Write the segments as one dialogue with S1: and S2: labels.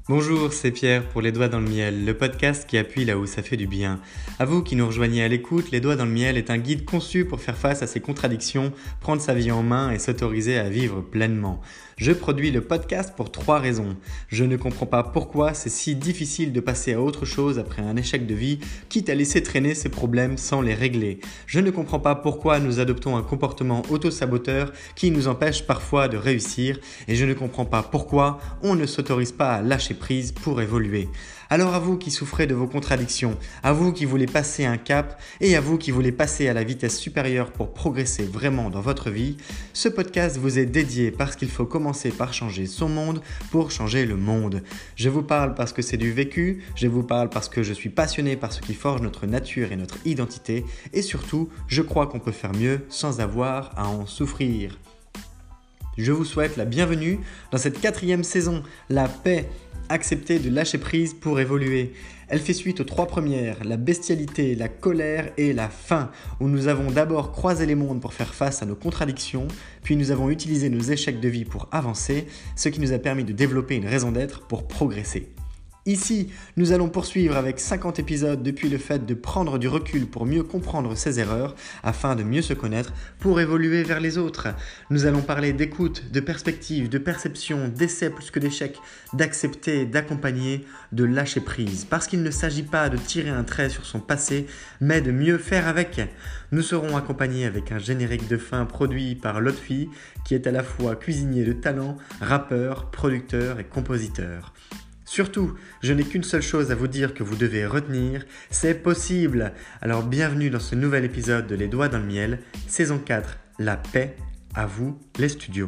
S1: Bonjour, c'est Pierre pour Les Doigts dans le Miel, le podcast qui appuie là où ça fait du bien. À vous qui nous rejoignez à l'écoute, Les Doigts dans le Miel est un guide conçu pour faire face à ses contradictions, prendre sa vie en main et s'autoriser à vivre pleinement. Je produis le podcast pour 3 raisons. Je ne comprends pas pourquoi c'est si difficile de passer à autre chose après un échec de vie, quitte à laisser traîner ses problèmes sans les régler. Je ne comprends pas pourquoi nous adoptons un comportement auto-saboteur qui nous empêche parfois de réussir, et je ne comprends pas pourquoi on ne s'autorise pas à lâcher prise pour évoluer. Alors à vous qui souffrez de vos contradictions, à vous qui voulez passer un cap et à vous qui voulez passer à la vitesse supérieure pour progresser vraiment dans votre vie, ce podcast vous est dédié parce qu'il faut commencer par changer son monde pour changer le monde. Je vous parle parce que c'est du vécu, je vous parle parce que je suis passionné par ce qui forge notre nature et notre identité, et surtout, je crois qu'on peut faire mieux sans avoir à en souffrir. Je vous souhaite la bienvenue dans cette 4e saison, la paix. Accepter de lâcher prise pour évoluer. Elle fait suite aux 3 premières, la bestialité, la colère et la faim, où nous avons d'abord croisé les mondes pour faire face à nos contradictions, puis nous avons utilisé nos échecs de vie pour avancer, ce qui nous a permis de développer une raison d'être pour progresser. Ici, nous allons poursuivre avec 50 épisodes depuis le fait de prendre du recul pour mieux comprendre ses erreurs, afin de mieux se connaître pour évoluer vers les autres. Nous allons parler d'écoute, de perspective, de perception, d'essai plus que d'échec, d'accepter, d'accompagner, de lâcher prise. Parce qu'il ne s'agit pas de tirer un trait sur son passé, mais de mieux faire avec. Nous serons accompagnés avec un générique de fin produit par Lotfi, qui est à la fois cuisinier de talent, rappeur, producteur et compositeur. Surtout, je n'ai qu'une seule chose à vous dire que vous devez retenir, c'est possible. Alors bienvenue dans ce nouvel épisode de Les Doigts dans le Miel, saison 4, la paix, à vous les studios.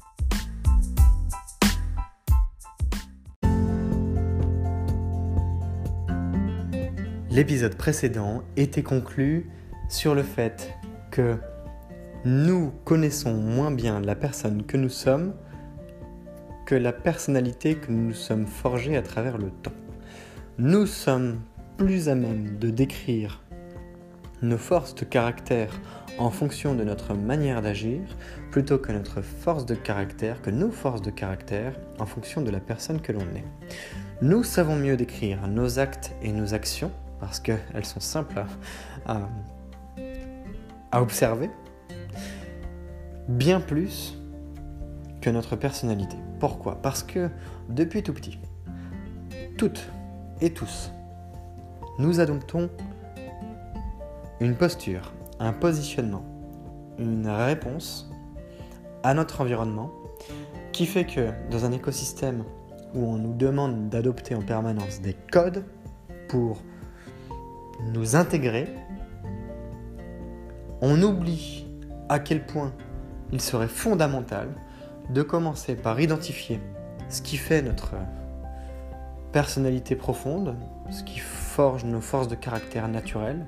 S1: L'épisode précédent était conclu sur le fait que nous connaissons moins bien la personne que nous sommes que la personnalité que nous nous sommes forgés à travers le temps. Nous sommes plus à même de décrire nos forces de caractère en fonction de notre manière d'agir, plutôt que nos forces de caractère en fonction de la personne que l'on est. Nous savons mieux décrire nos actes et nos actions, parce qu'elles sont simples à observer, bien plus que notre personnalité. Pourquoi ? Parce que depuis tout petit, toutes et tous, nous adoptons une posture, un positionnement, une réponse à notre environnement qui fait que dans un écosystème où on nous demande d'adopter en permanence des codes pour nous intégrer, on oublie à quel point il serait fondamental de commencer par identifier ce qui fait notre personnalité profonde, ce qui forge nos forces de caractère naturelles,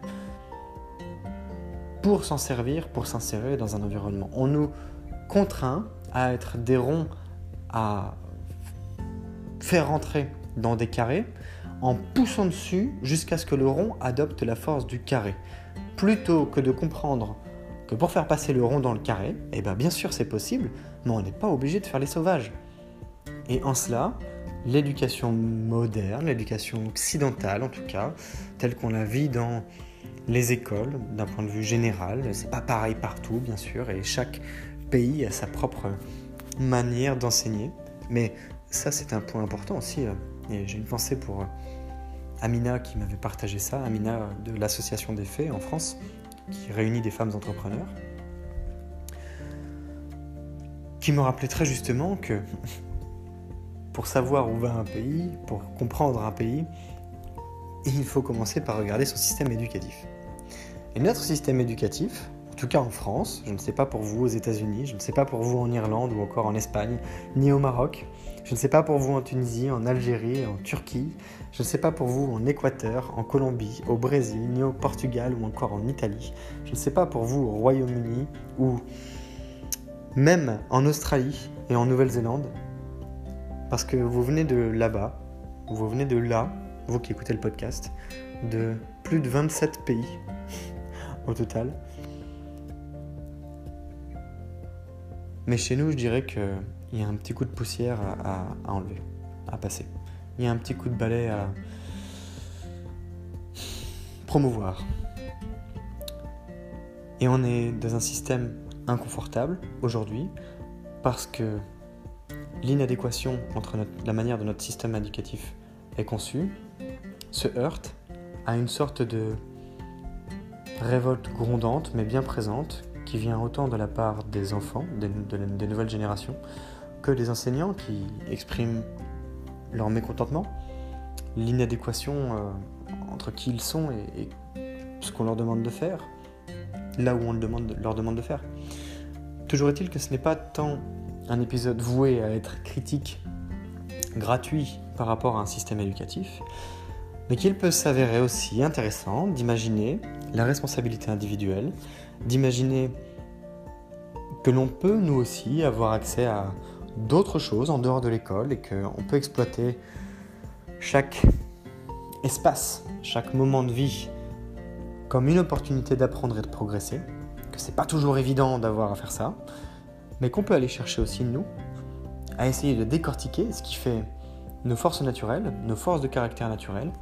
S1: pour s'en servir, pour s'insérer dans un environnement. On nous contraint à être des ronds, à faire rentrer dans des carrés, en poussant dessus jusqu'à ce que le rond adopte la force du carré. Plutôt que de comprendre que pour faire passer le rond dans le carré, bien sûr c'est possible, mais on n'est pas obligé de faire les sauvages. Et en cela, l'éducation moderne, l'éducation occidentale en tout cas, telle qu'on la vit dans les écoles, d'un point de vue général, c'est pas pareil partout bien sûr, et chaque pays a sa propre manière d'enseigner. Mais ça c'est un point important aussi, et j'ai une pensée pour Amina qui m'avait partagé ça, Amina de l'association des Fées en France, qui réunit des femmes entrepreneurs, qui me rappelait très justement que pour savoir où va un pays, pour comprendre un pays, il faut commencer par regarder son système éducatif. Et notre système éducatif, en tout cas en France, je ne sais pas pour vous aux États-Unis, je ne sais pas pour vous en Irlande ou encore en Espagne, ni au Maroc, je ne sais pas pour vous en Tunisie, en Algérie, en Turquie, je ne sais pas pour vous en Équateur, en Colombie, au Brésil, ni au Portugal ou encore en Italie, je ne sais pas pour vous au Royaume-Uni ou même en Australie et en Nouvelle-Zélande, parce que vous venez de là-bas, vous venez de là, vous qui écoutez le podcast, de plus de 27 pays au total. Mais chez nous, je dirais qu'il y a un petit coup de poussière à enlever, à passer. il y a un petit coup de balai à promouvoir. Et on est dans un système inconfortable aujourd'hui parce que l'inadéquation entre la manière dont notre système éducatif est conçu se heurte à une sorte de révolte grondante mais bien présente qui vient autant de la part des enfants, des nouvelles générations, que des enseignants qui expriment leur mécontentement, l'inadéquation entre qui ils sont et ce qu'on leur demande de faire, là où on leur demande de faire. Toujours est-il que ce n'est pas tant un épisode voué à être critique, gratuit par rapport à un système éducatif, mais qu'il peut s'avérer aussi intéressant d'imaginer la responsabilité individuelle, d'imaginer que l'on peut nous aussi avoir accès à d'autres choses en dehors de l'école et qu'on peut exploiter chaque espace, chaque moment de vie comme une opportunité d'apprendre et de progresser, que c'est pas toujours évident d'avoir à faire ça, mais qu'on peut aller chercher aussi nous, à essayer de décortiquer ce qui fait nos forces naturelles, nos forces de caractère naturelles,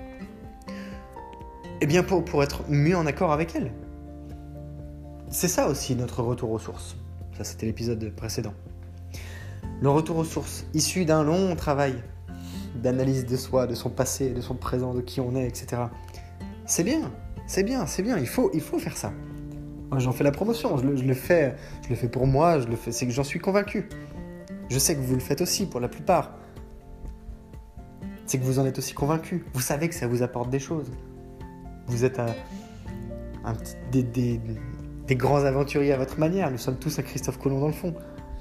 S1: et bien pour être mieux en accord avec elles. C'est ça aussi notre retour aux sources. Ça, c'était l'épisode précédent. Le retour aux sources, issu d'un long travail d'analyse de soi, de son passé, de son présent, de qui on est, etc. C'est bien, il faut faire ça. Moi, j'en fais la promotion, je le fais pour moi, c'est que j'en suis convaincu. Je sais que vous le faites aussi pour la plupart. C'est que vous en êtes aussi convaincu. Vous savez que ça vous apporte des choses. Vous êtes des grands aventuriers à votre manière. Nous sommes tous un Christophe Colomb dans le fond.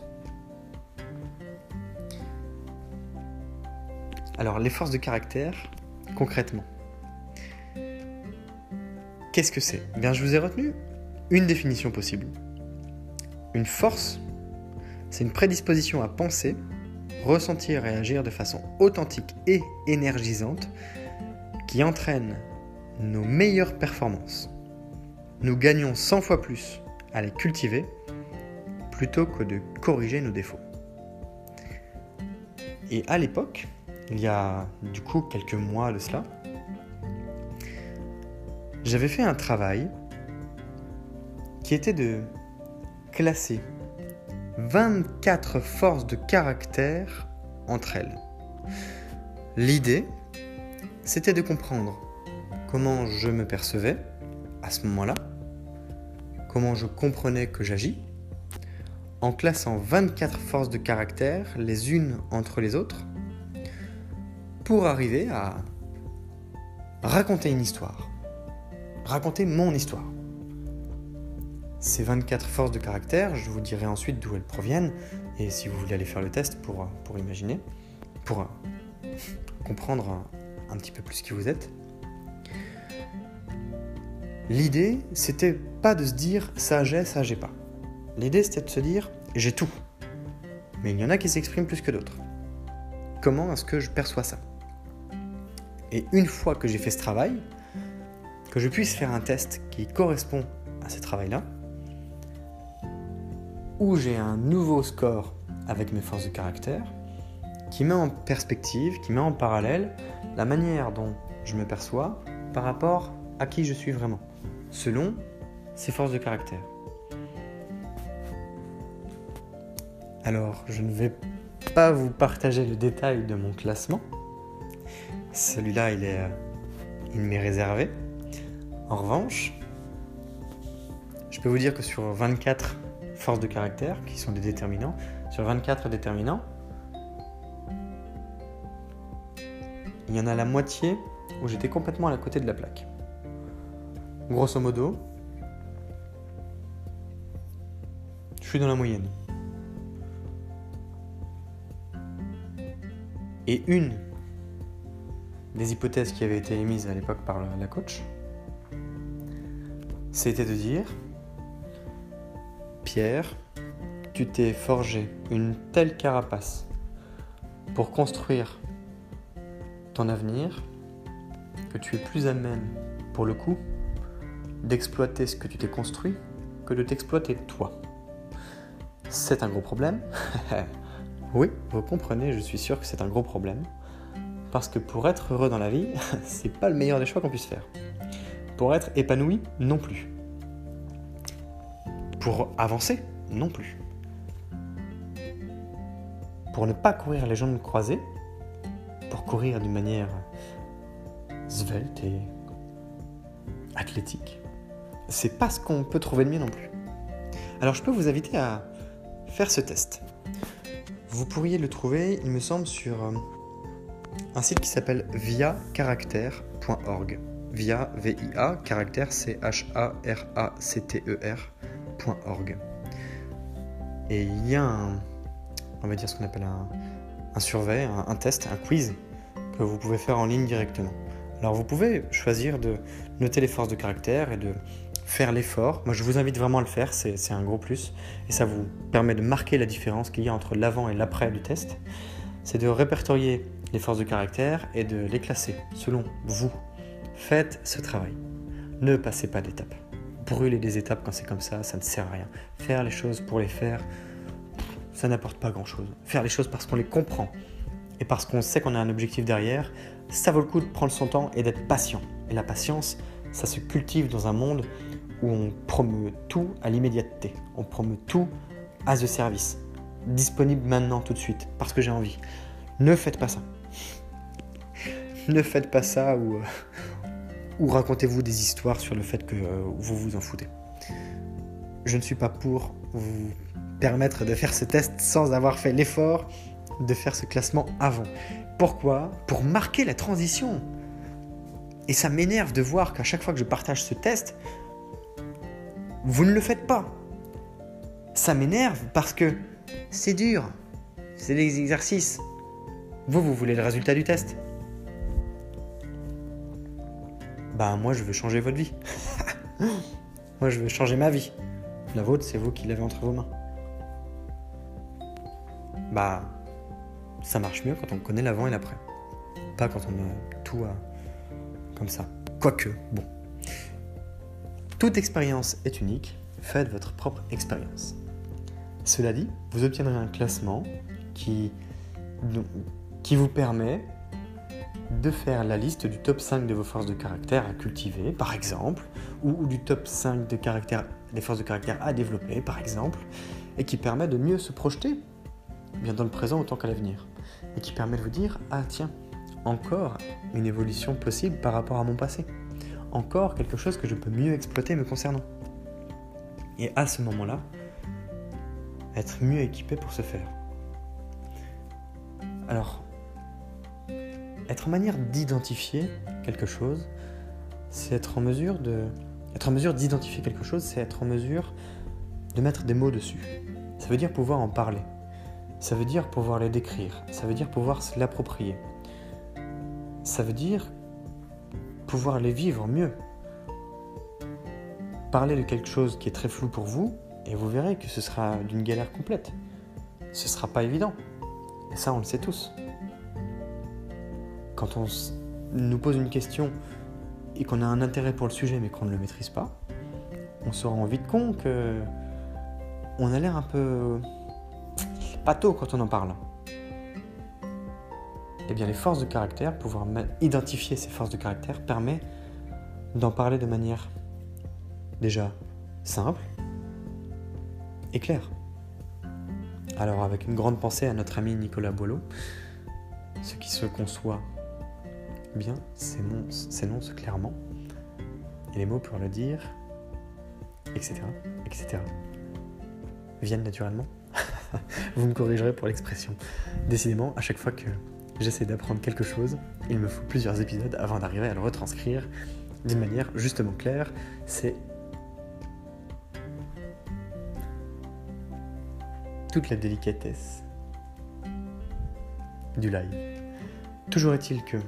S1: Alors, les forces de caractère, concrètement. Qu'est-ce que c'est ? Bien, je vous ai retenu une définition possible. Une force, c'est une prédisposition à penser, ressentir et agir de façon authentique et énergisante qui entraîne nos meilleures performances. Nous gagnons 100 fois plus à les cultiver plutôt que de corriger nos défauts. Et à l'époque, il y a du coup quelques mois de cela, j'avais fait un travail qui était de classer 24 forces de caractère entre elles. L'idée, c'était de comprendre comment je me percevais à ce moment-là, comment je comprenais que j'agis, en classant 24 forces de caractère les unes entre les autres, pour arriver à raconter une histoire, raconter mon histoire. Ces 24 forces de caractère, je vous dirai ensuite d'où elles proviennent, et si vous voulez aller faire le test pour imaginer, pour comprendre un petit peu plus qui vous êtes. L'idée, c'était pas de se dire ça j'ai pas. L'idée, c'était de se dire j'ai tout. Mais il y en a qui s'expriment plus que d'autres. Comment est-ce que je perçois ça ? Et une fois que j'ai fait ce travail, que je puisse faire un test qui correspond à ce travail-là, où j'ai un nouveau score avec mes forces de caractère, qui met en perspective, qui met en parallèle la manière dont je me perçois par rapport à qui je suis vraiment, selon ces forces de caractère. Alors, je ne vais pas vous partager le détail de mon classement. Celui-là, il m'est réservé. En revanche, je peux vous dire que sur 24 forces de caractère, qui sont des déterminants, sur 24 déterminants, il y en a la moitié où j'étais complètement à côté de la plaque. Grosso modo, je suis dans la moyenne. Et une des hypothèses qui avait été émise à l'époque par la coach, c'était de dire « Pierre, tu t'es forgé une telle carapace pour construire ton avenir que tu es plus à même, pour le coup, d'exploiter ce que tu t'es construit que de t'exploiter toi. » C'est un gros problème. Oui, vous comprenez, je suis sûr que c'est un gros problème. Parce que pour être heureux dans la vie, c'est pas le meilleur des choix qu'on puisse faire. Pour être épanoui, non plus. Pour avancer, non plus. Pour ne pas courir les jambes croisées, pour courir d'une manière svelte et athlétique, c'est pas ce qu'on peut trouver de mieux non plus. Alors je peux vous inviter à faire ce test. Vous pourriez le trouver, il me semble, sur un site qui s'appelle viacharacter.org. Via, V-I-A, caractère, C-H-A-R-A-C-T-E-R.org. Et il y a on va dire ce qu'on appelle un survey, un test, un quiz que vous pouvez faire en ligne directement. Alors vous pouvez choisir de noter les forces de caractère et de faire l'effort. Moi je vous invite vraiment à le faire, c'est un gros plus. Et ça vous permet de marquer la différence qu'il y a entre l'avant et l'après du test. C'est de répertorier les forces de caractère et de les classer selon vous. Faites ce travail. Ne passez pas d'étapes. Brûler des étapes quand c'est comme ça ne sert à rien. Faire les choses pour les faire, ça n'apporte pas grand-chose. Faire les choses parce qu'on les comprend et parce qu'on sait qu'on a un objectif derrière, ça vaut le coup de prendre son temps et d'être patient. Et la patience, ça se cultive dans un monde où on promeut tout à l'immédiateté. On promeut tout à the service. Disponible maintenant, tout de suite, parce que j'ai envie. Ne faites pas ça. Ne faites pas ça ou racontez-vous des histoires sur le fait que vous vous en foutez. Je ne suis pas pour vous permettre de faire ce test sans avoir fait l'effort de faire ce classement avant. Pourquoi ? Pour marquer la transition. Et ça m'énerve de voir qu'à chaque fois que je partage ce test, vous ne le faites pas. Ça m'énerve parce que c'est dur. C'est des exercices. Vous voulez le résultat du test ? Moi, je veux changer votre vie. Moi, je veux changer ma vie. La vôtre, c'est vous qui l'avez entre vos mains. Ça marche mieux quand on connaît l'avant et l'après. Pas quand on a tout comme ça. Quoique, bon. Toute expérience est unique. Faites votre propre expérience. Cela dit, vous obtiendrez un classement qui vous permet de faire la liste du top 5 de vos forces de caractère à cultiver, par exemple, ou du top 5 des forces de caractère à développer, par exemple, et qui permet de mieux se projeter, bien dans le présent autant qu'à l'avenir, et qui permet de vous dire « Ah tiens, encore une évolution possible par rapport à mon passé, encore quelque chose que je peux mieux exploiter me concernant. » Et à ce moment-là, être mieux équipé pour ce faire. Alors, être en manière d'identifier quelque chose, c'est être en mesure d'identifier quelque chose, c'est être en mesure de mettre des mots dessus. Ça veut dire pouvoir en parler. Ça veut dire pouvoir les décrire. Ça veut dire pouvoir se l'approprier. Ça veut dire pouvoir les vivre mieux. Parler de quelque chose qui est très flou pour vous, et vous verrez que ce sera d'une galère complète. Ce ne sera pas évident. Et ça, on le sait tous. Quand on nous pose une question et qu'on a un intérêt pour le sujet mais qu'on ne le maîtrise pas, on se rend vite compte qu'on a l'air un peu pâteau quand on en parle. Eh bien, les forces de caractère, pouvoir identifier ces forces de caractère permet d'en parler de manière déjà simple et claire. Alors, avec une grande pensée à notre ami Nicolas Boileau, ce qui se conçoit bien s'énonce clairement, et les mots pour le dire, etc., etc., viennent naturellement. Vous me corrigerez pour l'expression. Décidément, à chaque fois que j'essaie d'apprendre quelque chose, il me faut plusieurs épisodes avant d'arriver à le retranscrire d'une manière justement claire. C'est toute la délicatesse du live. Toujours est-il que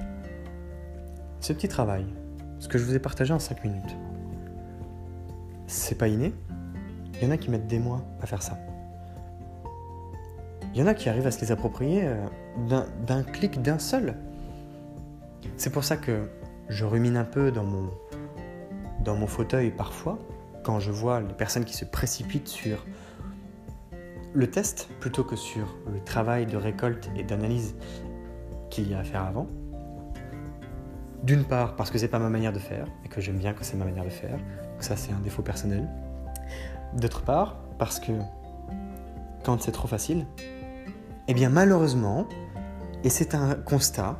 S1: ce petit travail, ce que je vous ai partagé en 5 minutes, c'est pas inné. Il y en a qui mettent des mois à faire ça. Il y en a qui arrivent à se les approprier d'un clic d'un seul. C'est pour ça que je rumine un peu dans mon fauteuil parfois, quand je vois les personnes qui se précipitent sur le test plutôt que sur le travail de récolte et d'analyse qu'il y a à faire avant. D'une part, parce que c'est pas ma manière de faire, et que j'aime bien que c'est ma manière de faire, que ça c'est un défaut personnel. D'autre part, parce que quand c'est trop facile, eh bien malheureusement, et c'est un constat,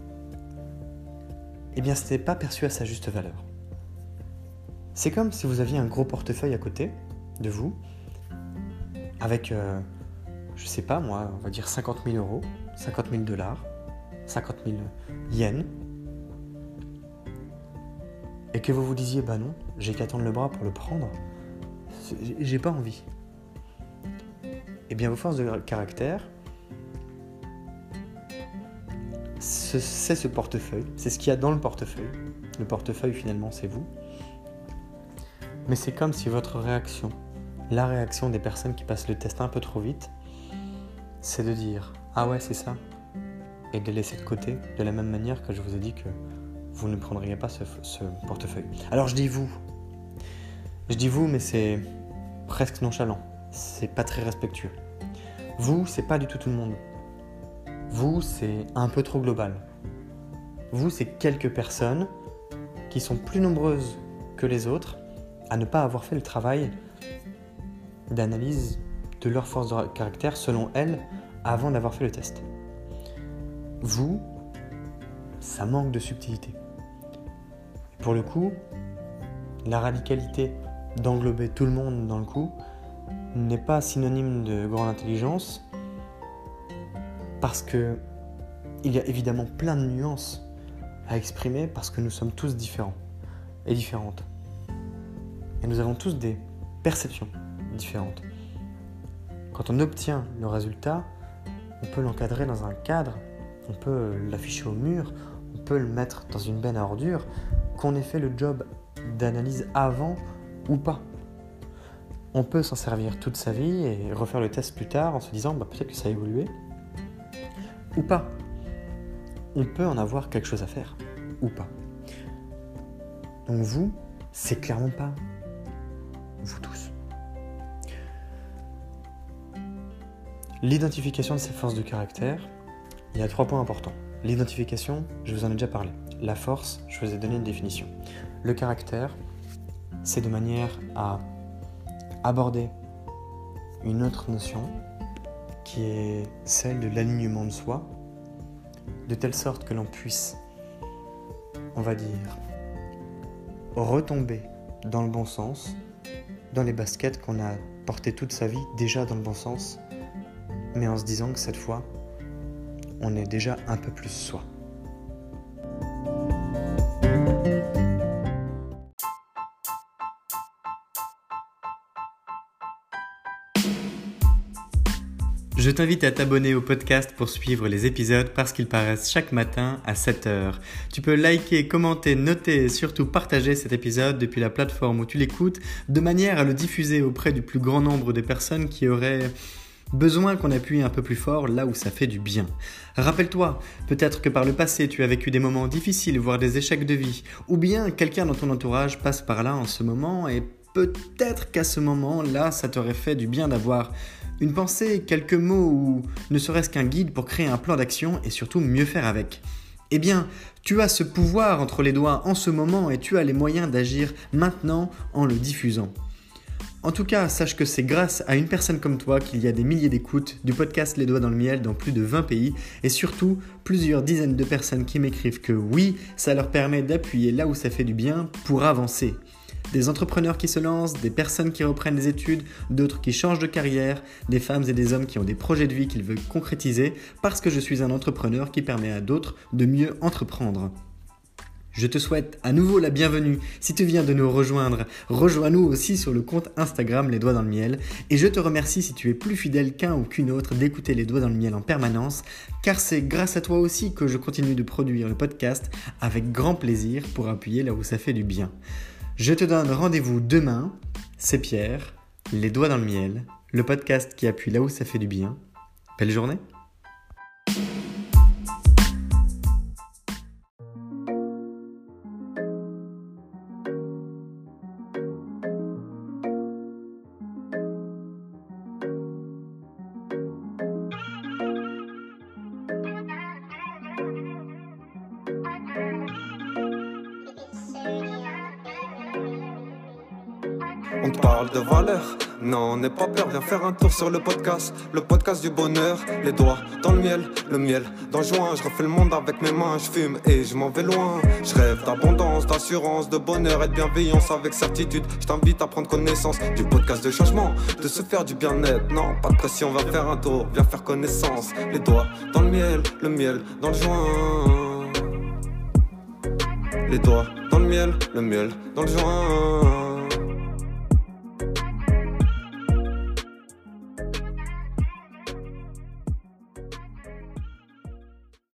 S1: eh bien ce n'est pas perçu à sa juste valeur. C'est comme si vous aviez un gros portefeuille à côté de vous, avec, je sais pas moi, on va dire 50 000 euros, 50 000 dollars, 50 000 yens, et que vous vous disiez, bah non, j'ai qu'à tendre le bras pour le prendre, j'ai pas envie. Eh bien vos forces de caractère, c'est ce portefeuille, c'est ce qu'il y a dans le portefeuille. Le portefeuille finalement c'est vous. Mais c'est comme si votre réaction, la réaction des personnes qui passent le test un peu trop vite, c'est de dire « Ah ouais, c'est ça » et de les laisser de côté de la même manière que je vous ai dit que vous ne prendriez pas ce portefeuille. Alors je dis vous, mais c'est presque nonchalant, c'est pas très respectueux. Vous, c'est pas du tout le monde. Vous, c'est un peu trop global. Vous, c'est quelques personnes qui sont plus nombreuses que les autres à ne pas avoir fait le travail d'analyse de leur force de caractère selon elles avant d'avoir fait le test. Vous, ça manque de subtilité. Pour le coup, la radicalité d'englober tout le monde dans le coup n'est pas synonyme de grande intelligence parce que il y a évidemment plein de nuances à exprimer parce que nous sommes tous différents et différentes. Et nous avons tous des perceptions différentes. Quand on obtient le résultat, on peut l'encadrer dans un cadre, on peut l'afficher au mur, on peut le mettre dans une benne à ordures, qu'on ait fait le job d'analyse avant ou pas. On peut s'en servir toute sa vie et refaire le test plus tard en se disant peut-être que ça a évolué ou pas. On peut en avoir quelque chose à faire ou pas. Donc vous, c'est clairement pas vous tous. L'identification de ces forces de caractère, il y a 3 points importants. L'identification, je vous en ai déjà parlé. La force, je vous ai donné une définition. Le caractère, c'est de manière à aborder une autre notion qui est celle de l'alignement de soi, de telle sorte que l'on puisse, on va dire, retomber dans le bon sens, dans les baskets qu'on a portées toute sa vie, déjà dans le bon sens, mais en se disant que cette fois, on est déjà un peu plus soi. Je t'invite à t'abonner au podcast pour suivre les épisodes parce qu'ils paraissent chaque matin à 7h. Tu peux liker, commenter, noter et surtout partager cet épisode depuis la plateforme où tu l'écoutes de manière à le diffuser auprès du plus grand nombre de personnes qui auraient besoin qu'on appuie un peu plus fort là où ça fait du bien. Rappelle-toi, peut-être que par le passé tu as vécu des moments difficiles, voire des échecs de vie, ou bien quelqu'un dans ton entourage passe par là en ce moment et peut-être qu'à ce moment-là, ça t'aurait fait du bien d'avoir une pensée, quelques mots ou ne serait-ce qu'un guide pour créer un plan d'action et surtout mieux faire avec. Eh bien, tu as ce pouvoir entre les doigts en ce moment et tu as les moyens d'agir maintenant en le diffusant. En tout cas, sache que c'est grâce à une personne comme toi qu'il y a des milliers d'écoutes du podcast Les Doigts dans le Miel dans plus de 20 pays et surtout plusieurs dizaines de personnes qui m'écrivent que oui, ça leur permet d'appuyer là où ça fait du bien pour avancer. Des entrepreneurs qui se lancent, des personnes qui reprennent des études, d'autres qui changent de carrière, des femmes et des hommes qui ont des projets de vie qu'ils veulent concrétiser parce que je suis un entrepreneur qui permet à d'autres de mieux entreprendre. Je te souhaite à nouveau la bienvenue si tu viens de nous rejoindre. Rejoins-nous aussi sur le compte Instagram Les Doigts dans le Miel et je te remercie si tu es plus fidèle qu'un ou qu'une autre d'écouter Les Doigts dans le Miel en permanence car c'est grâce à toi aussi que je continue de produire le podcast avec grand plaisir pour appuyer là où ça fait du bien. Je te donne rendez-vous demain, c'est Pierre, Les Doigts dans le Miel, le podcast qui appuie là où ça fait du bien. Belle journée!
S2: On te parle de valeur, non, n'aie pas peur, viens faire un tour sur le podcast du bonheur. Les doigts dans le miel dans le joint. Je refais le monde avec mes mains, je fume et je m'en vais loin. Je rêve d'abondance, d'assurance, de bonheur et de bienveillance avec certitude. Je t'invite à prendre connaissance du podcast de changement, de se faire du bien-être. Non, pas de pression, viens faire un tour, viens faire connaissance. Les doigts dans le miel dans le joint. Les doigts dans le miel dans le joint.